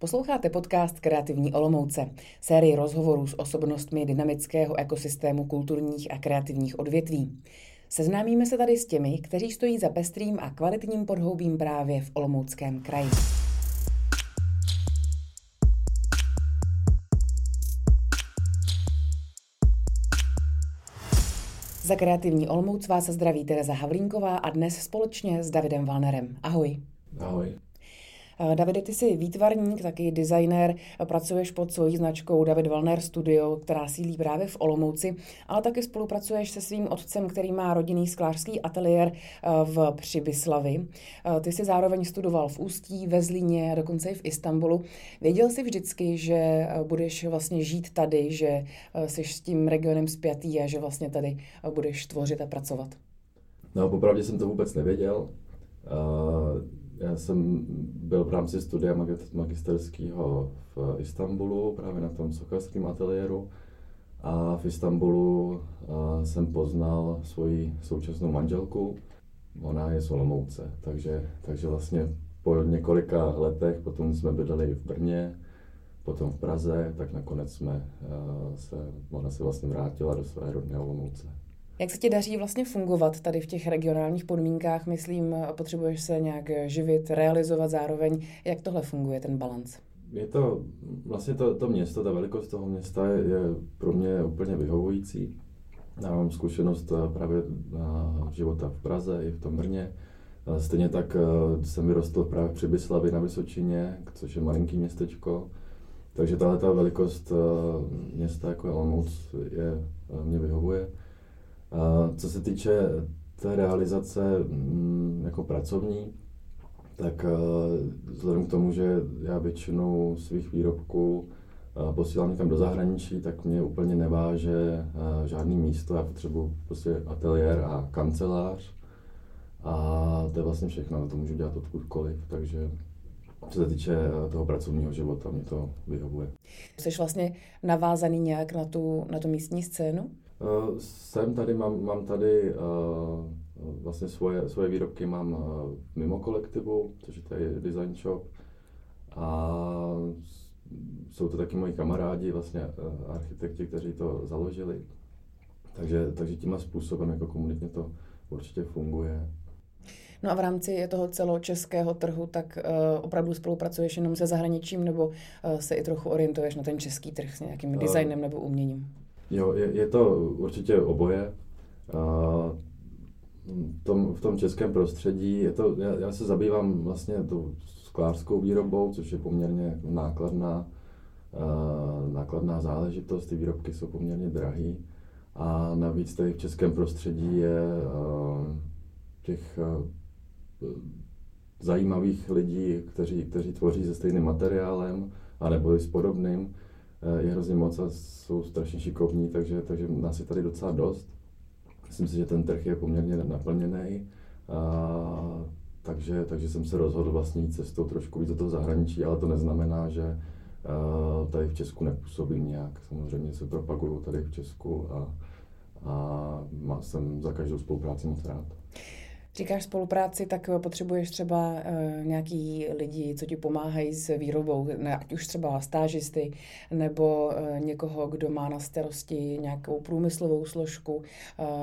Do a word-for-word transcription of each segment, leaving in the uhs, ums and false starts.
Posloucháte podcast Kreativní Olomouce, sérii rozhovorů s osobnostmi dynamického ekosystému kulturních a kreativních odvětví. Seznámíme se tady s těmi, kteří stojí za pestrým a kvalitním podhoubím právě v Olomouckém kraji. Za Kreativní Olomouc vás zdraví Tereza Havlínková a dnes společně s Davidem Wallnerem. Ahoj. Ahoj. Davide, ty jsi výtvarník, taky designér, pracuješ pod svojí značkou David Wallner Studio, která sídlí právě v Olomouci, ale taky spolupracuješ se svým otcem, který má rodinný sklářský ateliér v Přibyslavi. Ty jsi zároveň studoval v Ústí, ve Zlíně a dokonce i v Istanbulu. Věděl jsi vždycky, že budeš vlastně žít tady, že jsi s tím regionem spjatý a že vlastně tady budeš tvořit a pracovat? No, popravdě jsem to vůbec nevěděl. Uh... Já jsem byl v rámci studia magisterského v Istanbulu, právě na tom sochařském ateliéru. A v Istanbulu jsem poznal svoji současnou manželku. Ona je z Olomouce, takže, takže vlastně po několika letech, potom jsme bydleli v Brně, potom v Praze, tak nakonec jsme se, ona se vlastně vrátila do své rodné Olomouce. Jak se ti daří vlastně fungovat tady v těch regionálních podmínkách? Myslím, potřebuješ se nějak živit, realizovat zároveň. Jak tohle funguje, ten balanc? Je to, vlastně to, to město, ta velikost toho města je, je pro mě úplně vyhovující. Já mám zkušenost právě života v Praze i v tom Brně. Stejně tak jsem vyrostl právě v Přibyslavi na Vysočině, což je malinký městečko. Takže tahle ta velikost města jako je Olomouc je, mě vyhovuje. Co se týče té realizace jako pracovní, tak vzhledem k tomu, že já většinou svých výrobků posílám někam do zahraničí, tak mě úplně neváže žádný místo. Já potřebuji prostě ateliér a kancelář a to je vlastně všechno, to můžu dělat odkudkoliv, takže co se týče toho pracovního života, mě to vyhovuje. Jsi vlastně navázaný nějak na tu, na tu místní scénu? Uh, jsem tady, mám, mám tady uh, vlastně svoje, svoje výrobky mám uh, mimo kolektivu, což je tady design shop. A jsou to taky moji kamarádi, vlastně uh, architekti, kteří to založili. Takže, takže tímhle způsobem jako komunitně to určitě funguje. No a v rámci toho celočeského trhu, tak uh, opravdu spolupracuješ jenom se zahraničím, nebo uh, se i trochu orientuješ na ten český trh s nějakým uh, designem nebo uměním? Jo, je, je to určitě oboje. Uh, tom, v tom českém prostředí je to, já, já se zabývám vlastně tou sklářskou výrobou, což je poměrně nákladná, uh, nákladná záležitost, ty výrobky jsou poměrně drahý. A navíc tady v českém prostředí je uh, těch uh, zajímavých lidí, kteří, kteří tvoří se stejným materiálem, anebo i s podobným, je hrozně moc a jsou strašně šikovní, takže, takže nás je tady docela dost. Myslím si, že ten trh je poměrně naplněný, a, takže, takže jsem se rozhodl vlastně jít cestou trošku víc do toho zahraničí, ale to neznamená, že a, tady v Česku nepůsobím nějak. Samozřejmě se propaguju tady v Česku a, a má, jsem za každou spolupráci moc rád. Říkáš spolupráci, tak potřebuješ třeba uh, nějaký lidi, co ti pomáhají s výrobou, ne, ať už třeba stážisty, nebo uh, někoho, kdo má na starosti nějakou průmyslovou složku, uh,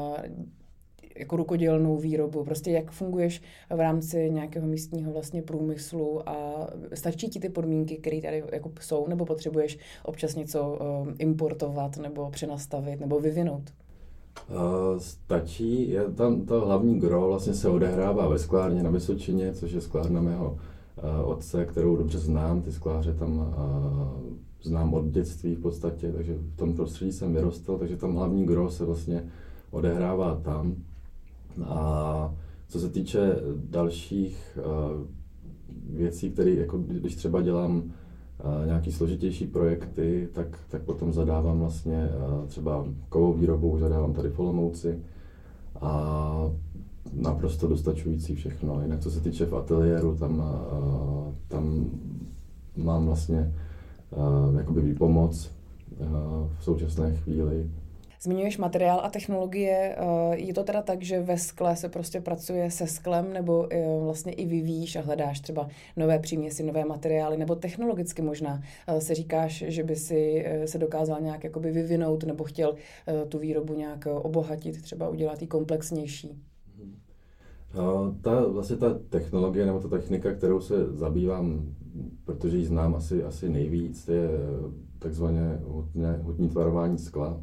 jako rukodělnou výrobu. Prostě jak funguješ v rámci nějakého místního vlastně průmyslu a stačí ti ty podmínky, které tady jako jsou, nebo potřebuješ občas něco uh, importovat, nebo přenastavit, nebo vyvinout? Uh, stačí, je tam to hlavní gro vlastně se odehrává ve sklárně na Vysočině, což je sklárna mého uh, otce, kterou dobře znám, ty skláře tam uh, znám od dětství v podstatě, takže v tom prostředí jsem vyrostl, takže tam hlavní gro se vlastně odehrává tam. A co se týče dalších uh, věcí, které jako když třeba dělám Uh, nějaký složitější projekty, tak, tak potom zadávám vlastně uh, třeba kovou výrobu, zadávám tady v Olomouci a naprosto dostačující všechno. Jinak co se týče v ateliéru, tam, uh, tam mám vlastně uh, jakoby výpomoc uh, v současné chvíli. Zmiňuješ materiál a technologie. Je to teda tak, že ve skle se prostě pracuje se sklem, nebo vlastně i vyvíjíš a hledáš třeba nové příměsi, nové materiály, nebo technologicky možná se říkáš, že by si se dokázal nějak jakoby vyvinout nebo chtěl tu výrobu nějak obohatit, třeba udělat ji komplexnější? Ta, vlastně ta technologie nebo ta technika, kterou se zabývám, protože ji znám asi, asi nejvíc, je takzvané hutné, hutní tvarování skla.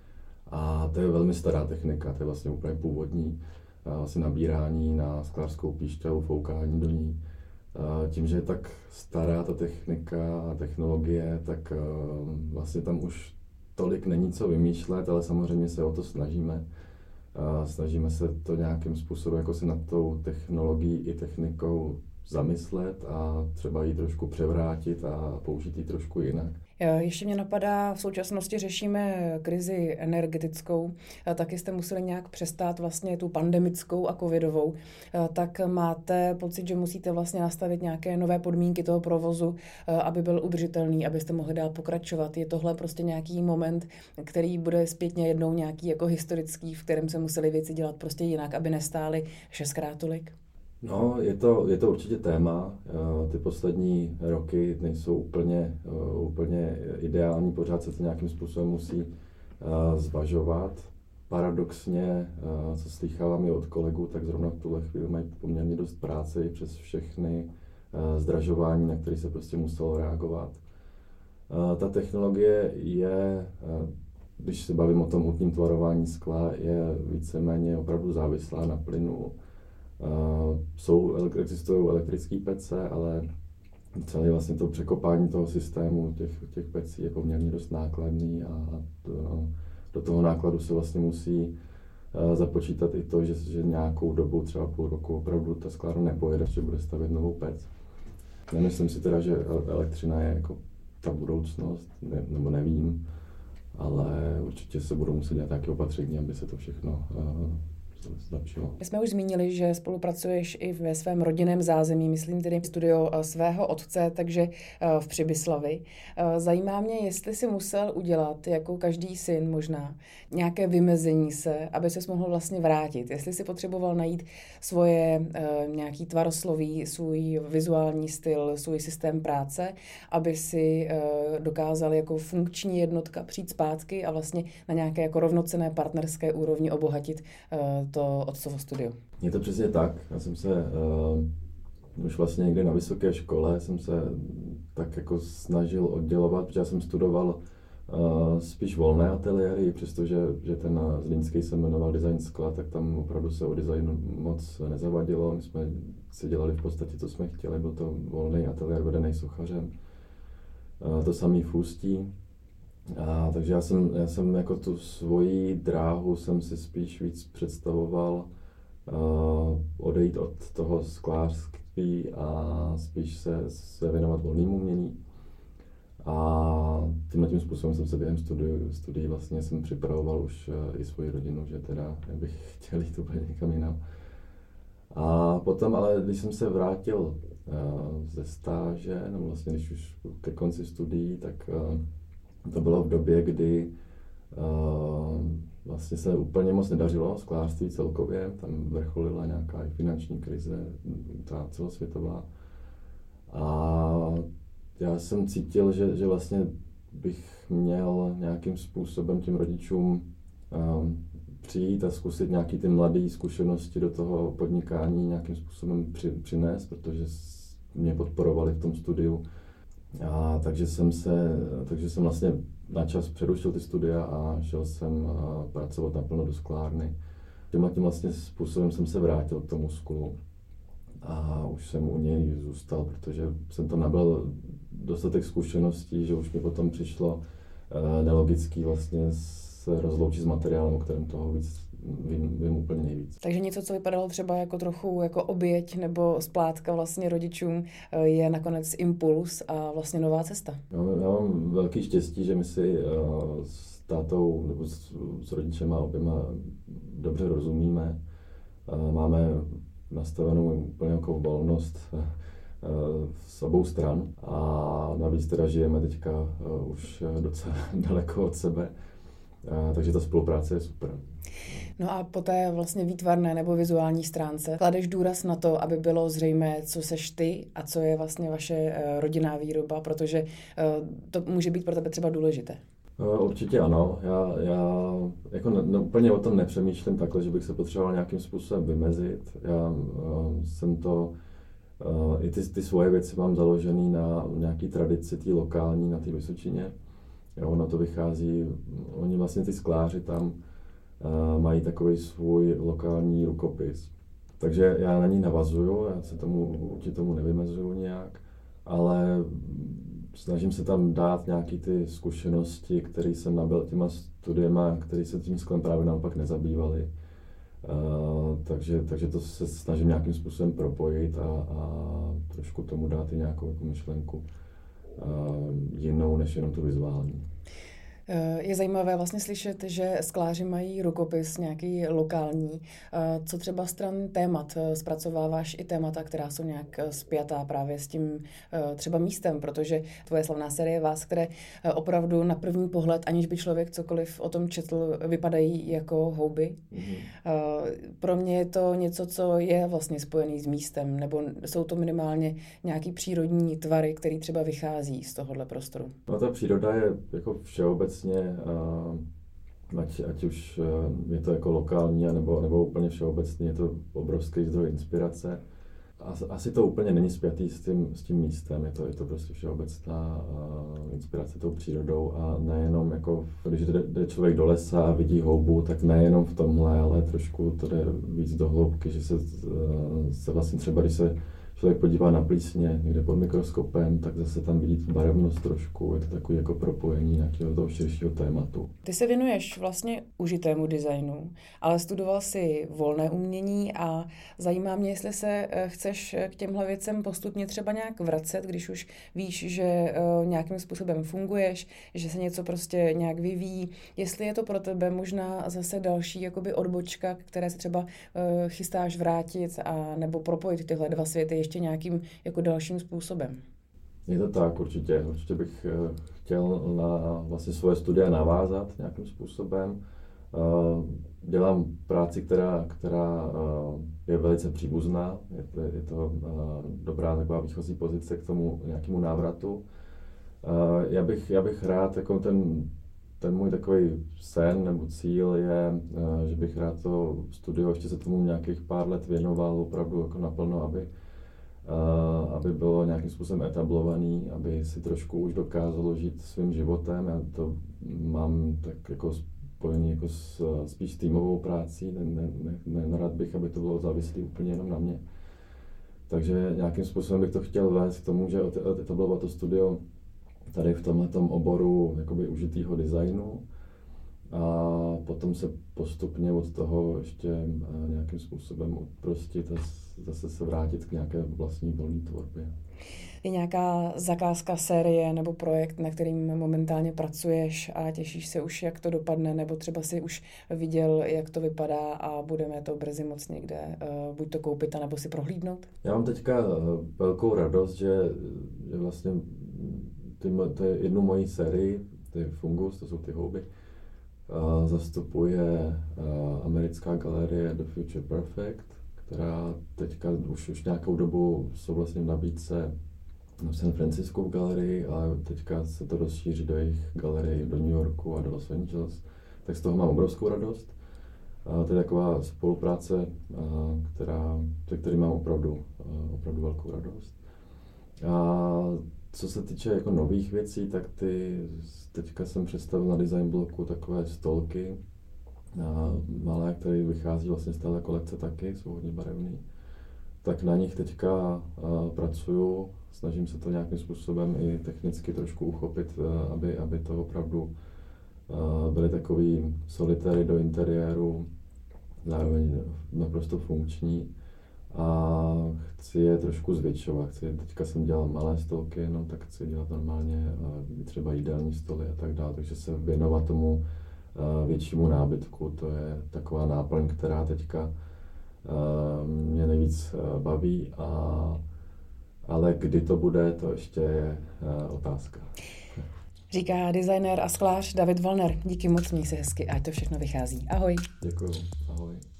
A to je velmi stará technika, to je vlastně úplně původní, vlastně nabírání na sklářskou píšťalu, foukání do ní. Tím, že je tak stará ta technika a technologie, tak vlastně tam už tolik není co vymýšlet, ale samozřejmě se o to snažíme. Snažíme se to nějakým způsobem jako si nad tou technologií i technikou zamyslet a třeba ji trošku převrátit a použít ji trošku jinak. Ještě mě napadá, v současnosti řešíme krizi energetickou, taky jste museli nějak přestát vlastně tu pandemickou a covidovou, tak máte pocit, že musíte vlastně nastavit nějaké nové podmínky toho provozu, aby byl udržitelný, abyste mohli dál pokračovat. Je tohle prostě nějaký moment, který bude zpětně jednou nějaký jako historický, v kterém se museli věci dělat prostě jinak, aby nestály šestkrát tolik? No, je to, je to určitě téma. Ty poslední roky nejsou úplně, úplně ideální, pořád se to nějakým způsobem musí zvažovat. Paradoxně, co slýchávám i od kolegů, tak zrovna v tuhle chvíli mají poměrně dost práce i přes všechny zdražování, na které se prostě muselo reagovat. Ta technologie je, když se bavím o tom hutním tvarování skla, je víceméně opravdu závislá na plynu. Uh, jsou, existují elektrické pece, ale celé vlastně to překopání toho systému těch, těch pecí je poměrně dost nákladný a to, do toho nákladu se vlastně musí uh, započítat i to, že, že nějakou dobu, třeba půl roku, opravdu ta sklárna nepojede, že bude stavět novou pec. Nemyslím si teda, že elektřina je jako ta budoucnost, ne, nebo nevím, ale určitě se budou muset dělat nějaké opatření, aby se to všechno uh, zlepšilo. My jsme už zmínili, že spolupracuješ i ve svém rodinném zázemí, myslím tedy studio svého otce, takže v Přibyslavi. Zajímá mě, jestli si musel udělat, jako každý syn možná, nějaké vymezení se, aby ses mohl vlastně vrátit. Jestli si potřeboval najít svoje nějaký tvarosloví, svůj vizuální styl, svůj systém práce, aby si dokázal jako funkční jednotka přijít zpátky a vlastně na nějaké jako rovnocenné partnerské úrovni obohatit to otcovo studio. Je to přesně tak. Já jsem se uh, už vlastně někde na vysoké škole jsem se tak jako snažil oddělovat, protože já jsem studoval uh, spíš volné ateliéry, přestože že ten zlínský se jmenoval design skla, tak tam opravdu se o designu moc nezavadilo. My jsme si dělali v podstatě, co jsme chtěli, byl to volný ateliér vedený sochařem. Uh, to samý v Ústí. A, takže já jsem, já jsem jako tu svoji dráhu jsem si spíš víc představoval uh, odejít od toho sklářství a spíš se, se věnovat volnému umění. A tímhle tím způsobem jsem se během studií, studií vlastně jsem připravoval už uh, i svoji rodinu, že teda bych chtěl jít úplně někam jinam. A potom ale, když jsem se vrátil uh, ze stáže, no vlastně když už ke konci studií, tak uh, to bylo v době, kdy uh, vlastně se úplně moc nedařilo sklářství celkově, tam vrcholila nějaká finanční krize, ta celosvětová. A já jsem cítil, že, že vlastně bych měl nějakým způsobem těm rodičům uh, přijít a zkusit nějaký ty mladé zkušenosti do toho podnikání nějakým způsobem při, přinést, protože mě podporovali v tom studiu. A takže jsem se, takže jsem vlastně na čas přerušil ty studia a šel jsem pracovat naplno do sklárny. Tímhle tím vlastně způsobem jsem se vrátil k tomu sklu a už jsem u něj zůstal, protože jsem tam nabyl dostatek zkušeností, že už mi potom přišlo nelogický vlastně se rozloučit s materiálem, o kterém toho víc Vím, vím úplně nejvíc. Takže něco, co vypadalo třeba jako trochu jako oběť nebo splátka vlastně rodičům, je nakonec impuls a vlastně nová cesta. Já, já mám velký štěstí, že my si uh, s tátou nebo s, s rodičema oběma dobře rozumíme. Uh, máme nastavenou úplně jako volnost uh, s obou stran a navíc teda žijeme teďka uh, už docela daleko od sebe. A, takže ta spolupráce je super. No a po té vlastně výtvarné nebo vizuální stránce kladeš důraz na to, aby bylo zřejmé, co seš ty a co je vlastně vaše rodinná výroba, protože to může být pro tebe třeba důležité. Určitě ano. Já, já jako ne, ne, úplně o tom nepřemýšlím takhle, že bych se potřeboval nějakým způsobem vymezit. Já uh, jsem to, uh, i ty, ty svoje věci mám založený na nějaký tradici, tý lokální, na té Vysočině. Jo, ono to vychází, oni vlastně ty skláři tam uh, mají takový svůj lokální rukopis. Takže já na ní navazuju, já se tomu, určitě tomu nevymezuju nějak, ale snažím se tam dát nějaké ty zkušenosti, které jsem nabyl těma studiema, které se tím sklem právě naopak nezabývaly. Uh, takže, takže to se snažím nějakým způsobem propojit a, a trošku tomu dát i nějakou jako myšlenku uh, jinou než jenom tu vizuální. Je zajímavé vlastně slyšet, že skláři mají rukopis nějaký lokální. Co třeba stran témat? Zpracováváš i témata, která jsou nějak spjatá právě s tím třeba místem, protože tvoje slavná série Vás, které opravdu na první pohled, aniž by člověk cokoliv o tom četl, vypadají jako houby. Mm-hmm. Pro mě je to něco, co je vlastně spojený s místem, nebo jsou to minimálně nějaký přírodní tvary, které třeba vychází z tohohle prostoru. No ta příroda je jako všeobecně Ať, ať už je to jako lokální, nebo, nebo úplně všeobecně, je to obrovský zdroj inspirace. Asi to úplně není spjatý s tím, s tím místem, je to, je to prostě všeobecná inspirace tou přírodou a nejenom jako, když jde, jde člověk do lesa a vidí houbu, tak nejenom v tomhle, ale trošku to jde víc do hloubky, že se, se vlastně třeba, když se člověk podívá na plísně někde pod mikroskopem, tak zase tam vidí tu barevnost trošku, je to takový jako propojení nějakého toho širšího tématu. Ty se věnuješ vlastně užitému designu, ale studoval si volné umění a zajímá mě, jestli se chceš k těmhle věcem postupně třeba nějak vracet, když už víš, že nějakým způsobem funguješ, že se něco prostě nějak vyvíjí, jestli je to pro tebe možná zase další jakoby odbočka, které se třeba chystáš vrátit a nebo propojit tyhle dva světy ještě nějakým jako dalším způsobem. Je to tak, určitě. Určitě bych chtěl na vlastně svoje studia navázat nějakým způsobem. Dělám práci, která, která je velice příbuzná. Je to, je to dobrá taková výchozí pozice k tomu nějakému návratu. Já bych, já bych rád, jako ten, ten můj takový sen nebo cíl je, že bych rád to studio ještě se tomu nějakých pár let věnoval opravdu jako naplno, aby Uh, aby bylo nějakým způsobem etablovaný, aby si trošku už dokázalo žít svým životem. Já to mám tak jako spojený jako s, spíš s týmovou prací, ne, ne, ne, nerad bych, aby to bylo závislé úplně jenom na mě. Takže nějakým způsobem bych to chtěl vést k tomu, že etablovat to studio tady v tomhletom oboru jakoby užitýho designu a potom se postupně od toho ještě nějakým způsobem odprostit a zase se vrátit k nějaké vlastní volné tvorbě. Je nějaká zakázka, série nebo projekt, na kterým momentálně pracuješ a těšíš se už, jak to dopadne, nebo třeba si už viděl, jak to vypadá a budeme to brzy moc někde uh, buď to koupit, anebo si prohlídnout? Já mám teďka velkou radost, že, že vlastně ty, to je jednu mojí sérii, ty Fungus, to jsou ty houby, uh, zastupuje uh, americká galerie The Future Perfect, která teďka už, už nějakou dobu jsou vlastně v nabídce v San Francisco v galerii, ale teďka se to rozšíří do jejich galerii do New Yorku a do Los Angeles, tak z toho mám obrovskou radost. A to je taková spolupráce, která, ze který mám opravdu, opravdu velkou radost. A co se týče jako nových věcí, tak ty teďka jsem představil na design bloku takové stolky, malé, které vychází vlastně z téhle kolekce taky, jsou hodně barevný. Tak na nich teďka uh, pracuju, snažím se to nějakým způsobem i technicky trošku uchopit, uh, aby, aby to opravdu uh, byly takový solitéry do interiéru, zároveň naprosto funkční. A chci je trošku zvětšovat. Chci, teďka jsem dělal malé stolky, jenom tak chci dělat normálně uh, třeba jídelní stoly a tak dále, takže se věnovat tomu většímu nábytku. To je taková náplň, která teďka uh, mě nejvíc uh, baví, a, ale kdy to bude, to ještě je uh, otázka. Říká designér a sklář David Wallner. Díky moc, měj se hezky, ať to všechno vychází. Ahoj. Děkuju, ahoj.